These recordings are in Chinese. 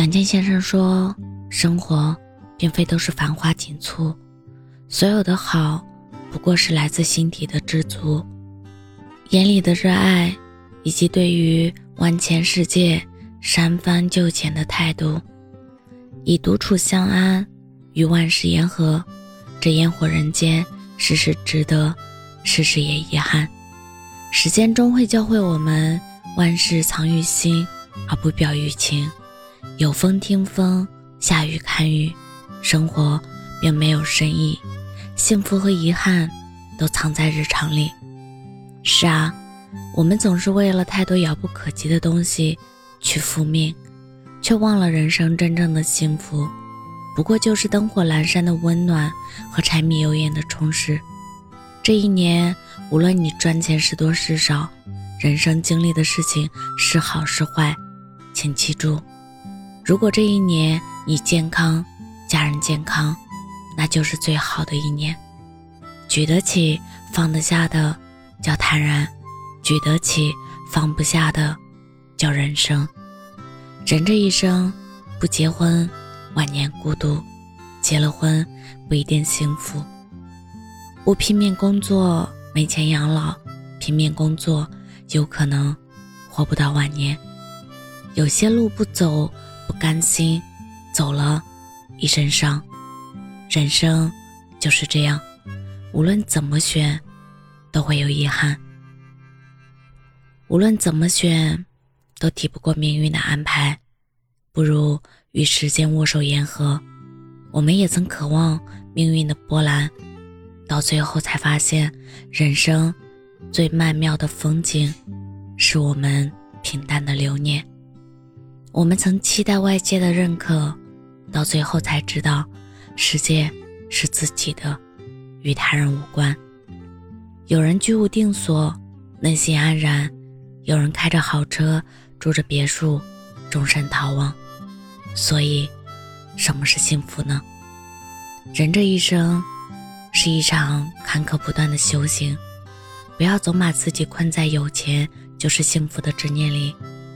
蒋健先生说，生活并非都是繁华锦簇，所有的好不过是来自心底的知足，眼里的热爱，以及对于万千世界删繁就简的态度。以独处相安，与万事言和，这烟火人间，事事值得，事事也遗憾。时间终会教会我们，万事藏于心，而不表于情。有风听风，下雨看雨，生活并没有深意，幸福和遗憾都藏在日常里。是啊，我们总是为了太多遥不可及的东西去负命，却忘了人生真正的幸福不过就是灯火阑珊的温暖和柴米油盐的充实。这一年，无论你赚钱是多是少，人生经历的事情是好是坏，请记住，如果这一年你健康，家人健康，那就是最好的一年。举得起放得下的叫坦然，举得起放不下的叫人生。人这一生，不结婚晚年孤独，结了婚不一定幸福。不拼命工作没钱养老，拼命工作有可能活不到晚年。有些路不走不甘心，走了一身伤。人生就是这样，无论怎么选都会有遗憾，无论怎么选都抵不过命运的安排，不如与时间握手言和。我们也曾渴望命运的波澜，到最后才发现，人生最曼妙的风景是我们平淡的留念。我们曾期待外界的认可，到最后才知道，世界是自己的，与他人无关。有人居无定所，内心安然，有人开着好车，住着别墅，终身逃亡。所以什么是幸福呢？人这一生是一场坎坷不断的修行，不要总把自己困在有钱就是幸福的执念里。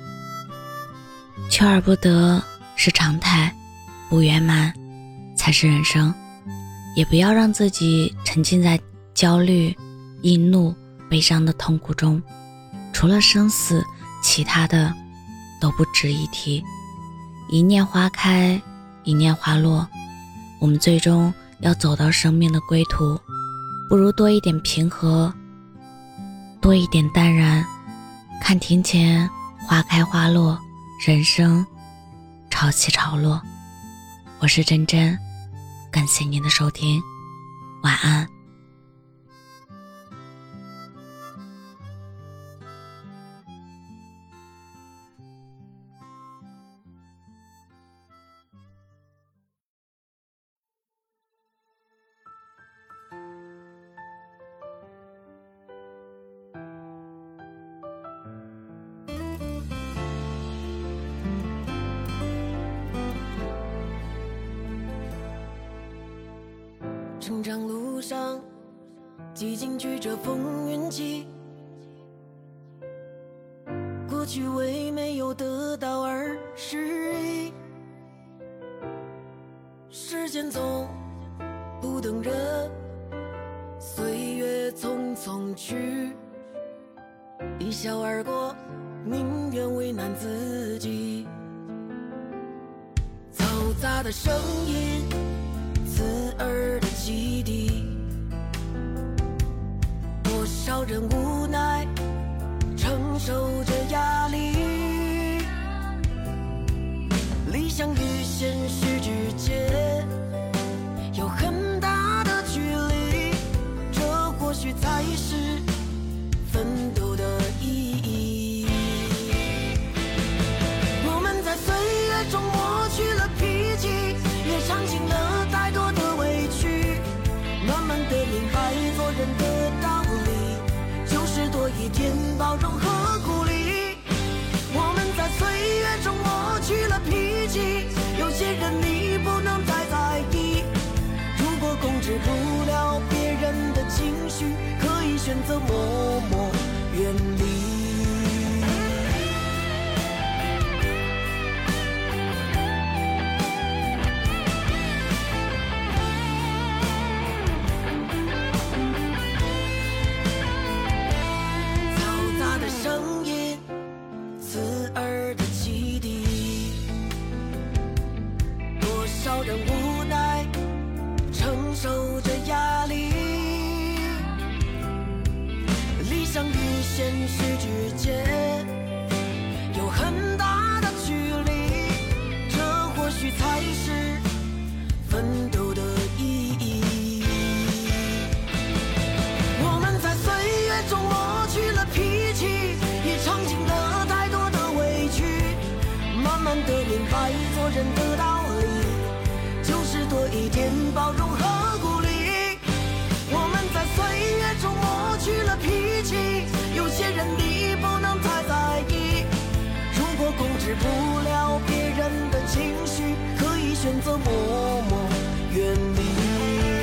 求而不得是常态，不圆满才是人生。也不要让自己沉浸在焦虑、易怒、悲伤的痛苦中，除了生死，其他的都不值一提。一念花开，一念花落，我们最终要走到生命的归途，不如多一点平和，多一点淡然，看庭前花开花落，人生潮起潮落。我是真真，感谢您的收听，晚安。 成长路上，几经曲折风云起，过去为没有得到而失意。时间总不等人，岁月匆匆去，一笑而过，宁愿为难自己。嘈杂的声音，刺耳的汽笛，多少人无奈承受着压力。理想与现实之间有很大的距离，这或许才是奋斗的意义。我们在岁月中磨去了脾气，也尝尽了太多的委屈，慢慢的明白做人的道理，就是多一点包容和鼓励。我们在岁月中磨去了脾气，有些人你不能再在意。如果控制不了别人的情绪，可以选择默默远离。 现实之间有很大的距离，这或许才是奋斗的意义。我们在岁月中磨去了脾气，也尝尽了太多的委屈，慢慢的明白做人的道理，就是多一点包容和鼓励。我们在岁月中磨去了脾气，有些人你不能太在意，如果控制不了别人的情绪，可以选择默默远离。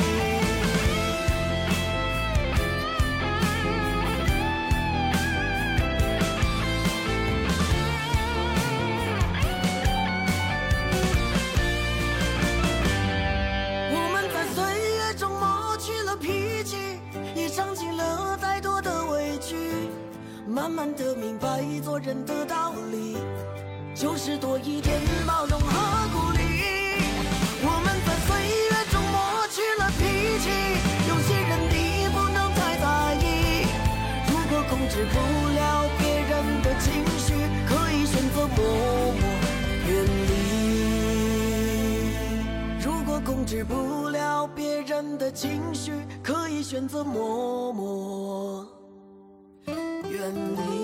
我们在岁月中磨去了脾气，也尝尽了太多的委屈，慢慢的明白做人的道理，就是多一点包容和鼓励。我们在岁月中磨去了脾气，有些人你不能太在意，如果控制不了别人的情绪，可以选择默默远离。如果控制不了别人的情绪，可以选择默默远离。